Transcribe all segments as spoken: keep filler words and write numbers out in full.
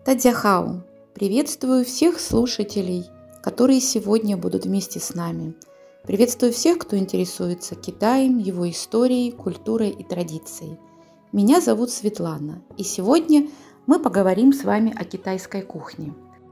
Тадзяхао! Приветствую всех слушателей, которые сегодня будут вместе с нами. Приветствую всех, кто интересуется Китаем, его историей, культурой и традицией. Меня зовут Светлана, и сегодня мы поговорим с вами о китайской кухне.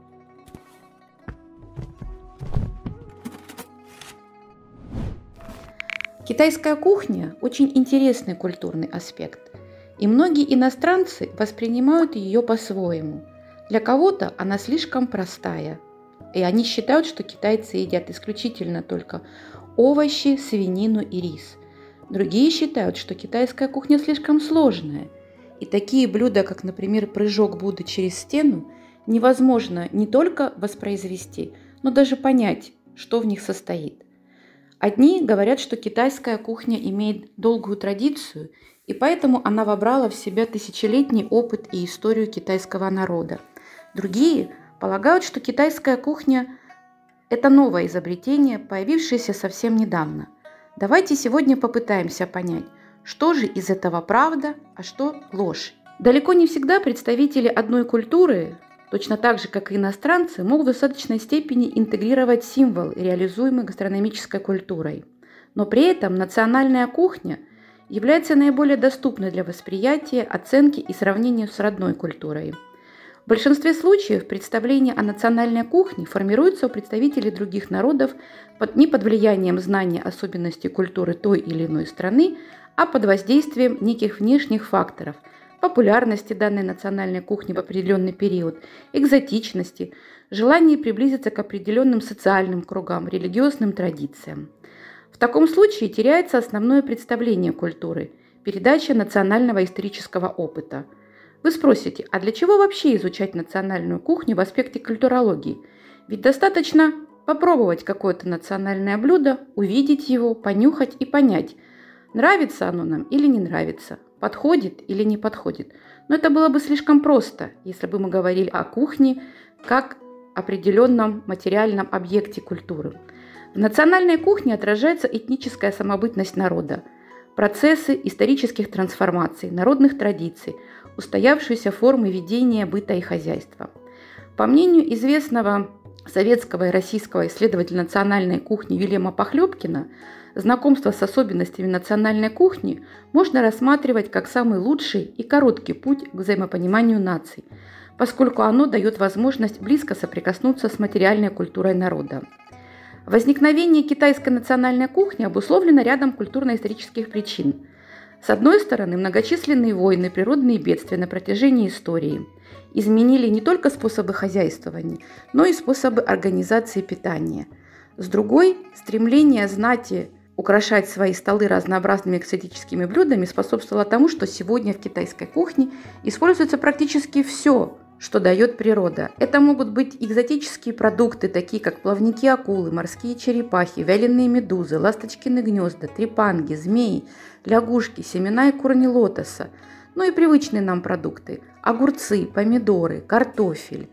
Китайская кухня – очень интересный культурный аспект, и многие иностранцы воспринимают ее по-своему. Для кого-то она слишком простая, и они считают, что китайцы едят исключительно только овощи, свинину и рис. Другие считают, что китайская кухня слишком сложная, и такие блюда, как, например, прыжок Будды через стену, невозможно не только воспроизвести, но даже понять, что в них состоит. Одни говорят, что китайская кухня имеет долгую традицию, и поэтому она вобрала в себя тысячелетний опыт и историю китайского народа. Другие полагают, что китайская кухня – это новое изобретение, появившееся совсем недавно. Давайте сегодня попытаемся понять, что же из этого правда, а что ложь. Далеко не всегда представители одной культуры, точно так же, как и иностранцы, могут в достаточной степени интегрировать символ, реализуемый гастрономической культурой. Но при этом национальная кухня является наиболее доступной для восприятия, оценки и сравнения с родной культурой. В большинстве случаев представление о национальной кухне формируется у представителей других народов под, не под влиянием знания особенностей культуры той или иной страны, а под воздействием неких внешних факторов – популярности данной национальной кухни в определенный период, экзотичности, желания приблизиться к определенным социальным кругам, религиозным традициям. В таком случае теряется основное представление культуры – передача национального исторического опыта. Вы спросите, а для чего вообще изучать национальную кухню в аспекте культурологии? Ведь достаточно попробовать какое-то национальное блюдо, увидеть его, понюхать и понять, нравится оно нам или не нравится, подходит или не подходит. Но это было бы слишком просто, если бы мы говорили о кухне как определенном материальном объекте культуры. В национальной кухне отражается этническая самобытность народа, процессы исторических трансформаций, народных традиций, устоявшиеся формы ведения быта и хозяйства. По мнению известного советского и российского исследователя национальной кухни Вильяма Похлебкина, знакомство с особенностями национальной кухни можно рассматривать как самый лучший и короткий путь к взаимопониманию наций, поскольку оно дает возможность близко соприкоснуться с материальной культурой народа. Возникновение китайской национальной кухни обусловлено рядом культурно-исторических причин. С одной стороны, многочисленные войны, природные бедствия на протяжении истории изменили не только способы хозяйствования, но и способы организации питания. С другой, стремление знати украшать свои столы разнообразными экзотическими блюдами способствовало тому, что сегодня в китайской кухне используется практически все, что дает природа. Это могут быть экзотические продукты, такие как плавники акулы, морские черепахи, вяленые медузы, ласточкины гнезда, трепанги, змеи, лягушки, семена и корни лотоса, ну и привычные нам продукты – огурцы, помидоры, картофель,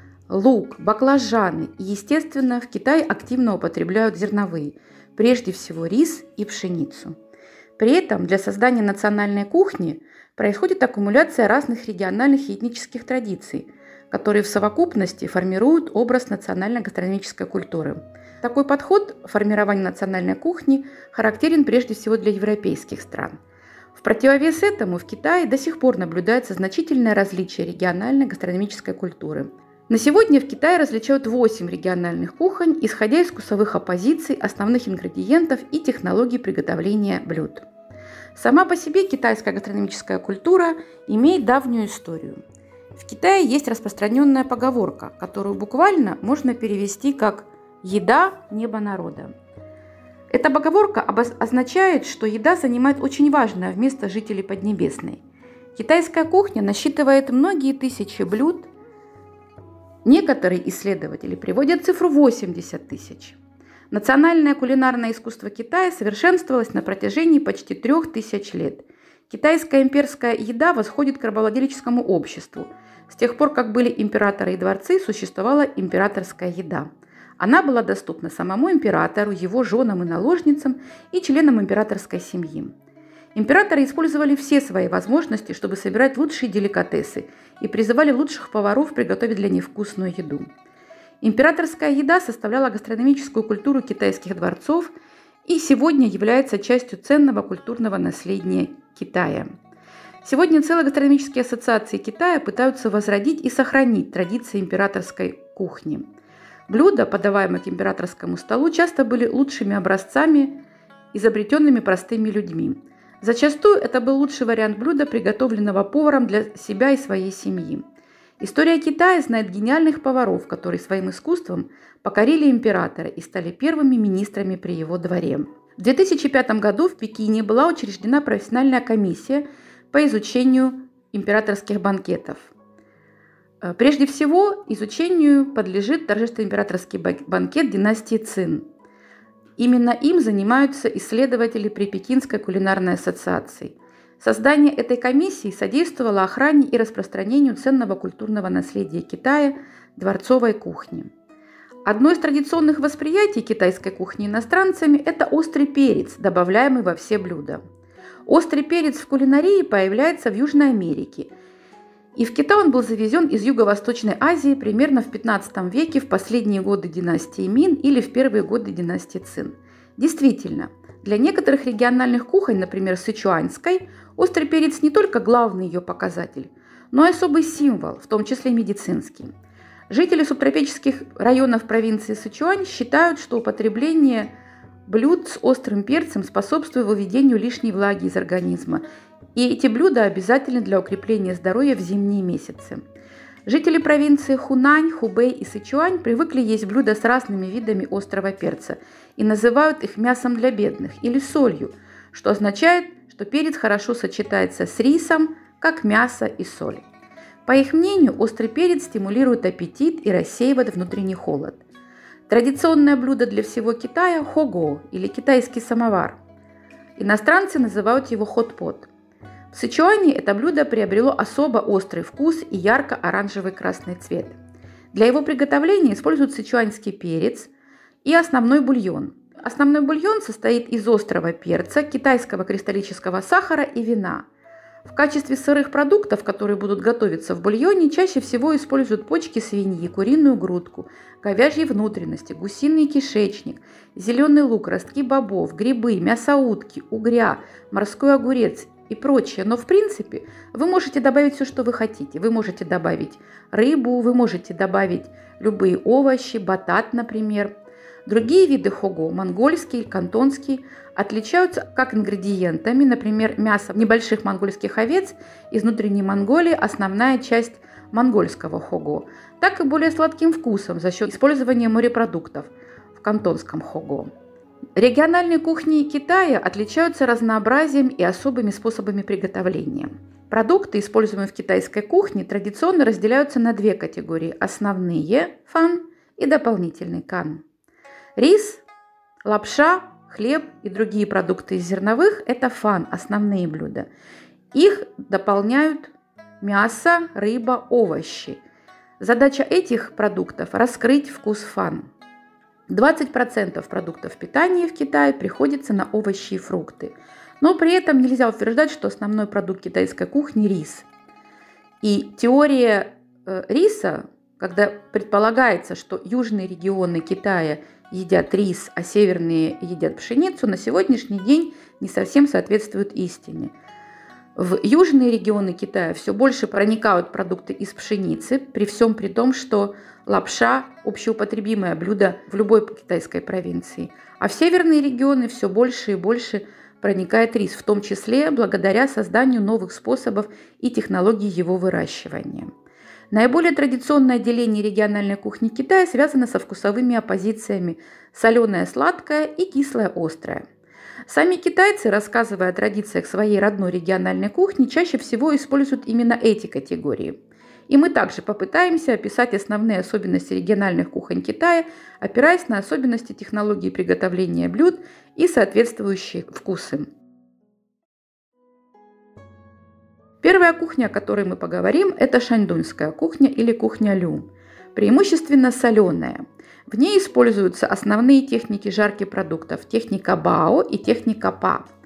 лук, баклажаны. И, естественно, в Китае активно употребляют зерновые, прежде всего рис и пшеницу. При этом для создания национальной кухни происходит аккумуляция разных региональных и этнических традиций, которые в совокупности формируют образ национальной гастрономической культуры. Такой подход формирования национальной кухни характерен прежде всего для европейских стран. В противовес этому в Китае до сих пор наблюдается значительное различие региональной гастрономической культуры. На сегодня в Китае различают восемь региональных кухонь, исходя из вкусовых оппозиций, основных ингредиентов и технологий приготовления блюд. Сама по себе китайская гастрономическая культура имеет давнюю историю. В Китае есть распространенная поговорка, которую буквально можно перевести как «еда – небо народа». Эта поговорка означает, что еда занимает очень важное место жителей Поднебесной. Китайская кухня насчитывает многие тысячи блюд. Некоторые исследователи приводят цифру восемьдесят тысяч. Национальное кулинарное искусство Китая совершенствовалось на протяжении почти трех тысяч лет. Китайская имперская еда восходит к рабовладельческому обществу. С тех пор, как были императоры и дворцы, существовала императорская еда. Она была доступна самому императору, его женам и наложницам и членам императорской семьи. Императоры использовали все свои возможности, чтобы собирать лучшие деликатесы и призывали лучших поваров приготовить для них вкусную еду. Императорская еда составляла гастрономическую культуру китайских дворцов и сегодня является частью ценного культурного наследия Китая. Сегодня целые гастрономические ассоциации Китая пытаются возродить и сохранить традиции императорской кухни. Блюда, подаваемые к императорскому столу, часто были лучшими образцами, изобретенными простыми людьми. Зачастую это был лучший вариант блюда, приготовленного поваром для себя и своей семьи. История Китая знает гениальных поваров, которые своим искусством покорили императора и стали первыми министрами при его дворе. В две тысячи пятом году в Пекине была учреждена профессиональная комиссия по изучению императорских банкетов. Прежде всего, изучению подлежит торжественный императорский банкет династии Цин. Именно им занимаются исследователи при Пекинской кулинарной ассоциации. Создание этой комиссии содействовало охране и распространению ценного культурного наследия Китая – дворцовой кухни. Одно из традиционных восприятий китайской кухни иностранцами – это острый перец, добавляемый во все блюда. Острый перец в кулинарии появляется в Южной Америке, и в Китай он был завезен из Юго-Восточной Азии примерно в пятнадцатом веке, в последние годы династии Мин или в первые годы династии Цин. Действительно, для некоторых региональных кухонь, например, сычуаньской, острый перец не только главный ее показатель, но и особый символ, в том числе медицинский. Жители субтропических районов провинции Сычуань считают, что употребление блюд с острым перцем способствует выведению лишней влаги из организма, и эти блюда обязательны для укрепления здоровья в зимние месяцы. Жители провинции Хунань, Хубэй и Сычуань привыкли есть блюда с разными видами острого перца и называют их мясом для бедных или солью, что означает, что перец хорошо сочетается с рисом, как мясо и соль. По их мнению, острый перец стимулирует аппетит и рассеивает внутренний холод. Традиционное блюдо для всего Китая – хого или китайский самовар. Иностранцы называют его хот-пот. В Сычуане это блюдо приобрело особо острый вкус и ярко-оранжевый красный цвет. Для его приготовления используют сычуаньский перец и основной бульон. Основной бульон состоит из острого перца, китайского кристаллического сахара и вина. В качестве сырых продуктов, которые будут готовиться в бульоне, чаще всего используют почки свиньи, куриную грудку, говяжьи внутренности, гусиный кишечник, зеленый лук, ростки бобов, грибы, мясо утки, угря, морской огурец и прочее. Но в принципе вы можете добавить все, что вы хотите. Вы можете добавить рыбу, вы можете добавить любые овощи, батат, например. Другие виды хого, монгольский, кантонский, отличаются как ингредиентами, например, мясо небольших монгольских овец из внутренней Монголии – основная часть монгольского хого, так и более сладким вкусом за счет использования морепродуктов в кантонском хого. Региональные кухни Китая отличаются разнообразием и особыми способами приготовления. Продукты, используемые в китайской кухне, традиционно разделяются на две категории – основные – фан и дополнительный кан. Рис, лапша, хлеб и другие продукты из зерновых – это фан, основные блюда. Их дополняют мясо, рыба, овощи. Задача этих продуктов – раскрыть вкус фан. двадцать процентов продуктов питания в Китае приходится на овощи и фрукты. Но при этом нельзя утверждать, что основной продукт китайской кухни – рис. И теория э, риса, когда предполагается, что южные регионы Китая едят рис, а северные едят пшеницу, на сегодняшний день не совсем соответствует истине. В южные регионы Китая все больше проникают продукты из пшеницы, при всем при том, что лапша – общеупотребимое блюдо в любой китайской провинции. А в северные регионы все больше и больше проникает рис, в том числе благодаря созданию новых способов и технологий его выращивания. Наиболее традиционное деление региональной кухни Китая связано со вкусовыми оппозициями соленое, сладкое и кислое, острое. Сами китайцы, рассказывая о традициях своей родной региональной кухни, чаще всего используют именно эти категории. И мы также попытаемся описать основные особенности региональных кухонь Китая, опираясь на особенности технологии приготовления блюд и соответствующие вкусы. Первая кухня, о которой мы поговорим, это шаньдуньская кухня или кухня Лю, преимущественно соленая. В ней используются основные техники жарки продуктов – техника бао и техника па.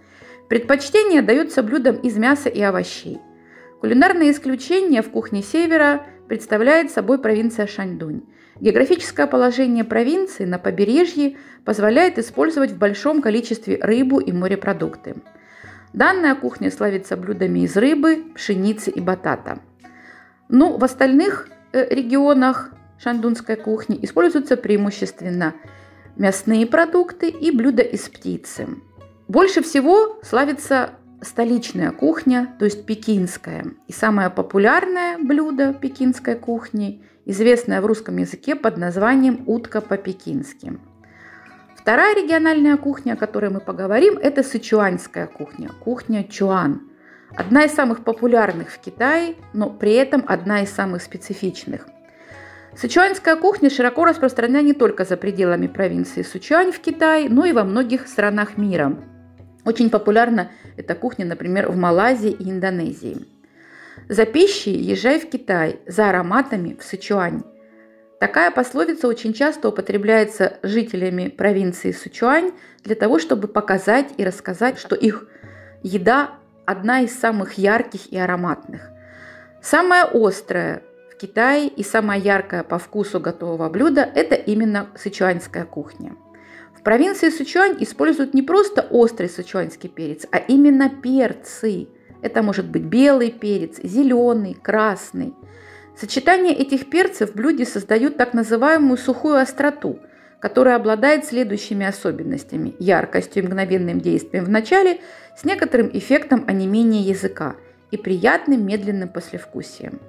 Предпочтение дается блюдам из мяса и овощей. Кулинарное исключение в кухне Севера представляет собой провинция Шаньдунь. Географическое положение провинции на побережье позволяет использовать в большом количестве рыбу и морепродукты. Данная кухня славится блюдами из рыбы, пшеницы и батата. Но в остальных регионах шаньдунской кухни используются преимущественно мясные продукты и блюда из птицы. Больше всего славится столичная кухня, то есть пекинская. И самое популярное блюдо пекинской кухни, известное в русском языке под названием утка по-пекински. Вторая региональная кухня, о которой мы поговорим, это сычуаньская кухня, кухня Чуан. Одна из самых популярных в Китае, но при этом одна из самых специфичных. Сычуаньская кухня широко распространена не только за пределами провинции Сычуань в Китае, но и во многих странах мира. Очень популярна эта кухня, например, в Малайзии и Индонезии. За пищей езжай в Китай, за ароматами в Сычуань. Такая пословица очень часто употребляется жителями провинции Сычуань для того, чтобы показать и рассказать, что их еда одна из самых ярких и ароматных. Самая острая в Китае и самая яркая по вкусу готового блюда – это именно сычуаньская кухня. В провинции Сычуань используют не просто острый сычуаньский перец, а именно перцы. Это может быть белый перец, зеленый, красный. Сочетание этих перцев в блюде создают так называемую сухую остроту, которая обладает следующими особенностями: яркостью и мгновенным действием в начале, с некоторым эффектом онемения языка и приятным медленным послевкусием.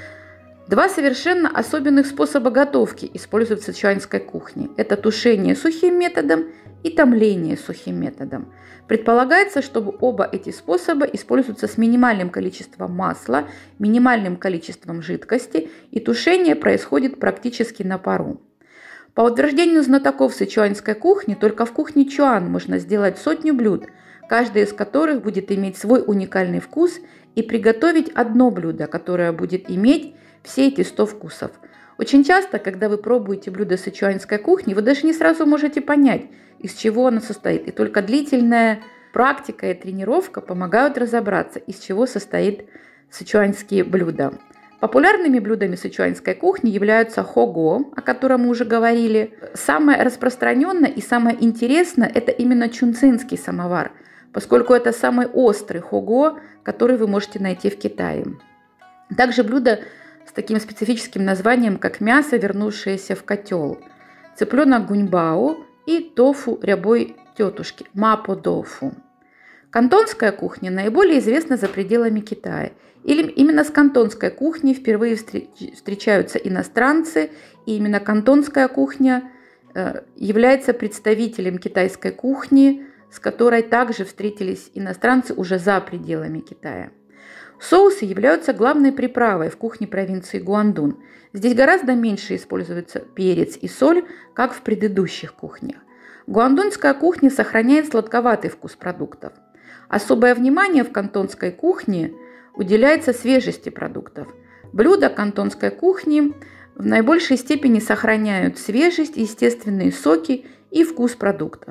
Два совершенно особенных способа готовки используют в сычуаньской кухне. Это тушение сухим методом и томление сухим методом. Предполагается, что оба эти способа используются с минимальным количеством масла, минимальным количеством жидкости, и тушение происходит практически на пару. По утверждению знатоков сычуаньской кухни, только в кухне Чуан можно сделать сотню блюд, каждое из которых будет иметь свой уникальный вкус, и приготовить одно блюдо, которое будет иметь все эти сто вкусов. Очень часто, когда вы пробуете блюдо сычуаньской кухни, вы даже не сразу можете понять, из чего оно состоит. И только длительная практика и тренировка помогают разобраться, из чего состоит сычуаньские блюда. Популярными блюдами сычуаньской кухни являются хого, о котором мы уже говорили. Самое распространенное и самое интересное – это именно чунцинский самовар, поскольку это самый острый хого, который вы можете найти в Китае. Также блюда с таким специфическим названием, как мясо, вернувшееся в котел, цыпленок гуньбао и тофу рябой тетушки, мапо-дофу. Кантонская кухня наиболее известна за пределами Китая. Или именно с кантонской кухней впервые встречаются иностранцы, и именно кантонская кухня является представителем китайской кухни, с которой также встретились иностранцы уже за пределами Китая. Соусы являются главной приправой в кухне провинции Гуандун. Здесь гораздо меньше используется перец и соль, как в предыдущих кухнях. Гуандунская кухня сохраняет сладковатый вкус продуктов. Особое внимание в кантонской кухне уделяется свежести продуктов. Блюда кантонской кухни в наибольшей степени сохраняют свежесть, естественные соки и вкус продуктов.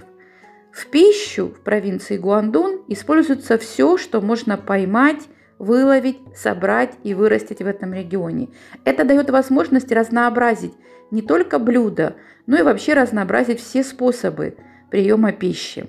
В пищу в провинции Гуандун используется все, что можно поймать, выловить, собрать и вырастить в этом регионе. Это дает возможность разнообразить не только блюда, но и вообще разнообразить все способы приема пищи.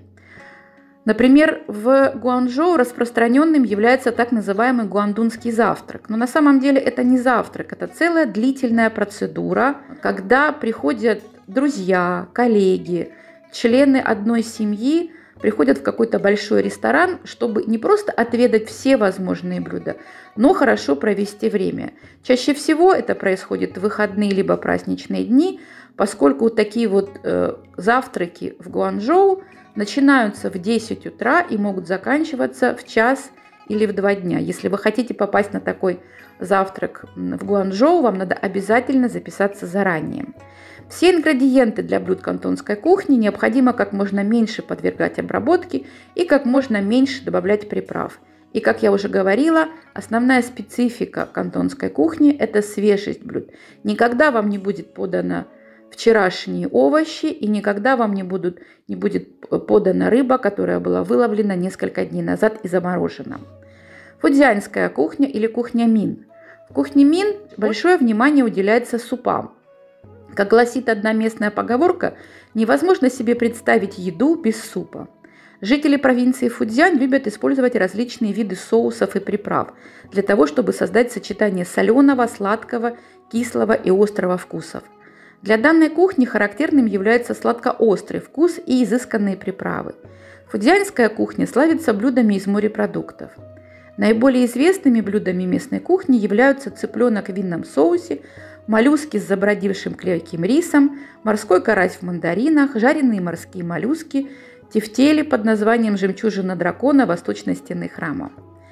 Например, в Гуанчжоу распространенным является так называемый гуандунский завтрак. Но на самом деле это не завтрак, это целая длительная процедура, когда приходят друзья, коллеги, члены одной семьи, приходят в какой-то большой ресторан, чтобы не просто отведать все возможные блюда, но хорошо провести время. Чаще всего это происходит в выходные либо праздничные дни, поскольку такие вот э, завтраки в Гуанчжоу начинаются в десять утра и могут заканчиваться в час или в два дня. Если вы хотите попасть на такой завтрак в Гуанчжоу, вам надо обязательно записаться заранее. Все ингредиенты для блюд кантонской кухни необходимо как можно меньше подвергать обработке и как можно меньше добавлять приправ. И, как я уже говорила, основная специфика кантонской кухни – это свежесть блюд. Никогда вам не будет подано вчерашние овощи, и никогда вам не, будут, не будет подана рыба, которая была выловлена несколько дней назад и заморожена. Фудзянская кухня или кухня Мин. В кухне Мин большое внимание уделяется супам. Как гласит одна местная поговорка, невозможно себе представить еду без супа. Жители провинции Фудзянь любят использовать различные виды соусов и приправ для того, чтобы создать сочетание соленого, сладкого, кислого и острого вкусов. Для данной кухни характерным является сладко-острый вкус и изысканные приправы. Фудзянская кухня славится блюдами из морепродуктов. Наиболее известными блюдами местной кухни являются цыпленок в винном соусе, моллюски с забродившим клейким рисом, морской карась в мандаринах, жареные морские моллюски, тефтели под названием «Жемчужина дракона» восточной стены храма.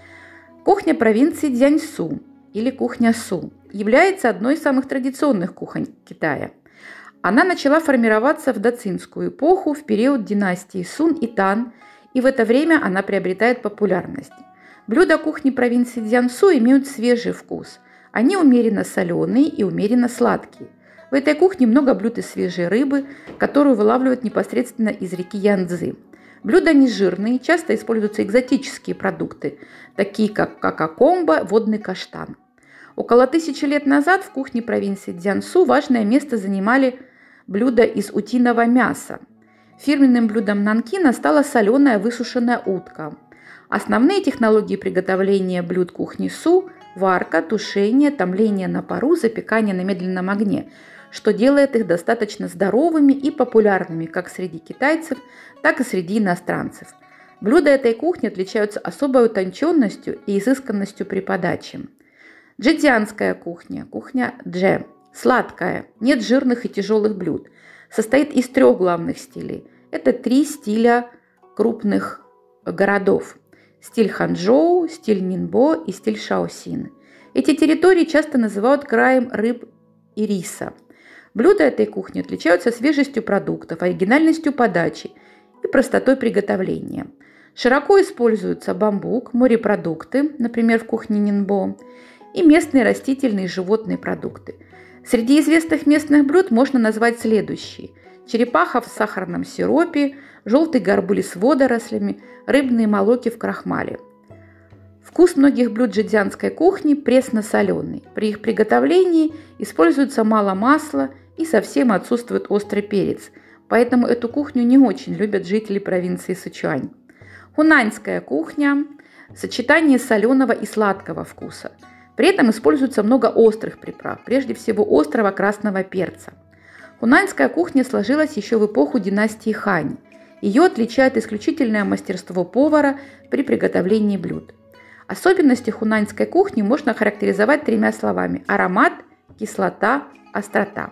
Кухня провинции Цзяньсу или кухня Су является одной из самых традиционных кухонь Китая. Она начала формироваться в доцинскую эпоху в период династии Сун и Тан, и в это время она приобретает популярность. Блюда кухни провинции Цзяньсу имеют свежий вкус. Они умеренно соленые и умеренно сладкие. В этой кухне много блюд из свежей рыбы, которую вылавливают непосредственно из реки Янцзы. Блюда не жирные, часто используются экзотические продукты, такие как какакомба, водный каштан. Около тысячи лет назад в кухне провинции Цзяньсу важное место занимали блюда из утиного мяса. Фирменным блюдом Нанкина стала соленая высушенная утка. Основные технологии приготовления блюд кухни Су – варка, тушение, томление на пару, запекание на медленном огне, что делает их достаточно здоровыми и популярными как среди китайцев, так и среди иностранцев. Блюда этой кухни отличаются особой утонченностью и изысканностью при подаче. Джэцзянская кухня, кухня Дже, сладкая, нет жирных и тяжелых блюд, состоит из трех главных стилей. Это три стиля крупных городов. Стиль Ханчжоу, стиль Нинбо и стиль Шаосин. Эти территории часто называют краем рыб и риса. Блюда этой кухни отличаются свежестью продуктов, оригинальностью подачи и простотой приготовления. Широко используются бамбук, морепродукты, например, в кухне Нинбо, и местные растительные и животные продукты. Среди известных местных блюд можно назвать следующие: черепаха в сахарном сиропе, желтый горбыль с водорослями, рыбные молоки в крахмале. Вкус многих блюд джэцзянской кухни пресно-соленый. При их приготовлении используется мало масла и совсем отсутствует острый перец, поэтому эту кухню не очень любят жители провинции Сычуань. Хунаньская кухня – сочетание соленого и сладкого вкуса. При этом используется много острых приправ, прежде всего острого красного перца. Хунаньская кухня сложилась еще в эпоху династии Хань. Ее отличает исключительное мастерство повара при приготовлении блюд. Особенности хунаньской кухни можно охарактеризовать тремя словами: аромат, кислота, острота.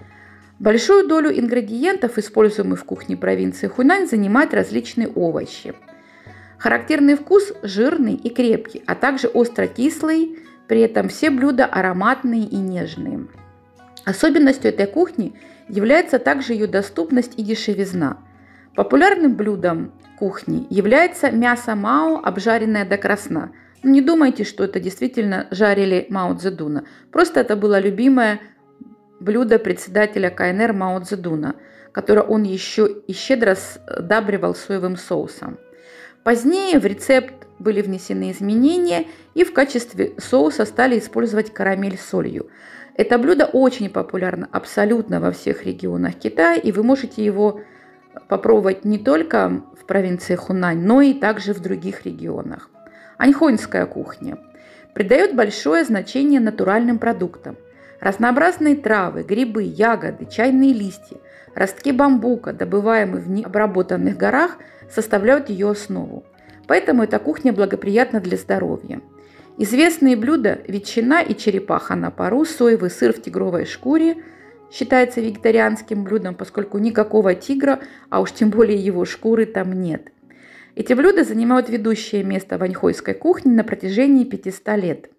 Большую долю ингредиентов, используемых в кухне провинции Хунань, занимают различные овощи. Характерный вкус жирный и крепкий, а также остро-кислый, при этом все блюда ароматные и нежные. Особенностью этой кухни является также ее доступность и дешевизна. Популярным блюдом кухни является мясо мао, обжаренное до красна. Но не думайте, что это действительно жарили Мао Цзэдуна. Просто это было любимое блюдо председателя ка эн эр Мао Цзэдуна, которое он еще и щедро сдабривал соевым соусом. Позднее в рецепт были внесены изменения, и в качестве соуса стали использовать карамель с солью. Это блюдо очень популярно абсолютно во всех регионах Китая, и вы можете его попробовать не только в провинции Хунань, но и также в других регионах. Аньхоньская кухня придает большое значение натуральным продуктам. Разнообразные травы, грибы, ягоды, чайные листья, ростки бамбука, добываемые в необработанных горах, составляют ее основу. Поэтому эта кухня благоприятна для здоровья. Известные блюда – ветчина и черепаха на пару, соевый сыр в тигровой шкуре считается вегетарианским блюдом, поскольку никакого тигра, а уж тем более его шкуры, там нет. Эти блюда занимают ведущее место в аньхойской кухне на протяжении пятисот лет.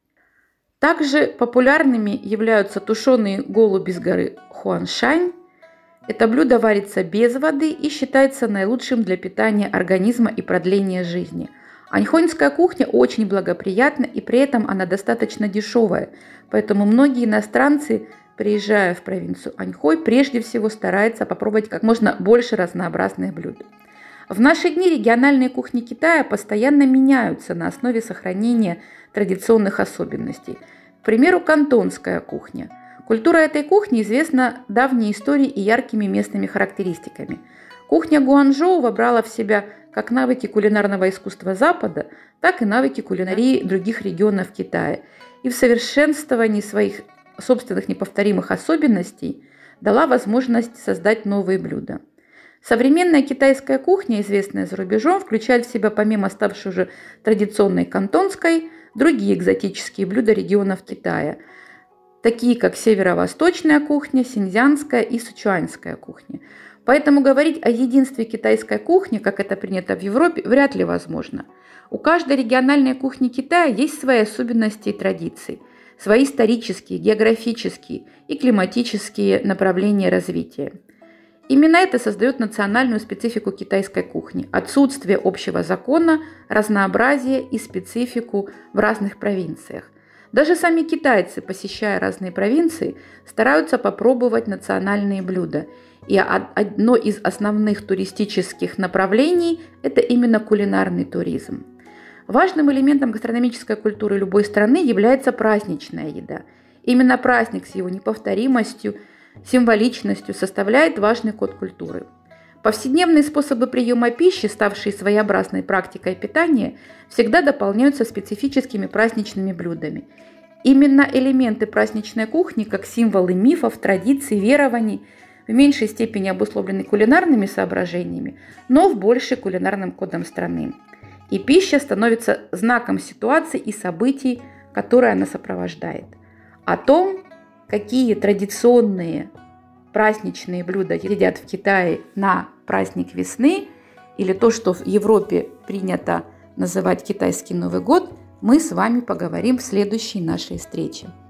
Также популярными являются тушеные голуби с горы Хуаншань. Это блюдо варится без воды и считается наилучшим для питания организма и продления жизни. Аньхоньская кухня очень благоприятна, и при этом она достаточно дешевая, поэтому многие иностранцы приезжая в провинцию Аньхой, прежде всего старается попробовать как можно больше разнообразных блюд. В наши дни региональные кухни Китая постоянно меняются на основе сохранения традиционных особенностей. К примеру, кантонская кухня. Культура этой кухни известна давней историей и яркими местными характеристиками. Кухня Гуанчжоу вобрала в себя как навыки кулинарного искусства Запада, так и навыки кулинарии других регионов Китая. И в совершенствовании своих собственных неповторимых особенностей дала возможность создать новые блюда. Современная китайская кухня, известная за рубежом, включает в себя, помимо ставшей уже традиционной кантонской, другие экзотические блюда регионов Китая, такие как северо-восточная кухня, синьцзянская и сычуаньская кухня. Поэтому говорить о единстве китайской кухни, как это принято в Европе, вряд ли возможно. У каждой региональной кухни Китая есть свои особенности и традиции, свои исторические, географические и климатические направления развития. Именно это создает национальную специфику китайской кухни – отсутствие общего закона, разнообразие и специфику в разных провинциях. Даже сами китайцы, посещая разные провинции, стараются попробовать национальные блюда. И одно из основных туристических направлений – это именно кулинарный туризм. Важным элементом гастрономической культуры любой страны является праздничная еда. Именно праздник с его неповторимостью, символичностью составляет важный код культуры. Повседневные способы приема пищи, ставшие своеобразной практикой питания, всегда дополняются специфическими праздничными блюдами. Именно элементы праздничной кухни, как символы мифов, традиций, верований, в меньшей степени обусловлены кулинарными соображениями, но в большей кулинарным кодом страны. И пища становится знаком ситуации и событий, которые она сопровождает. О том, какие традиционные праздничные блюда едят в Китае на праздник весны, или то, что в Европе принято называть китайский Новый год, мы с вами поговорим в следующей нашей встрече.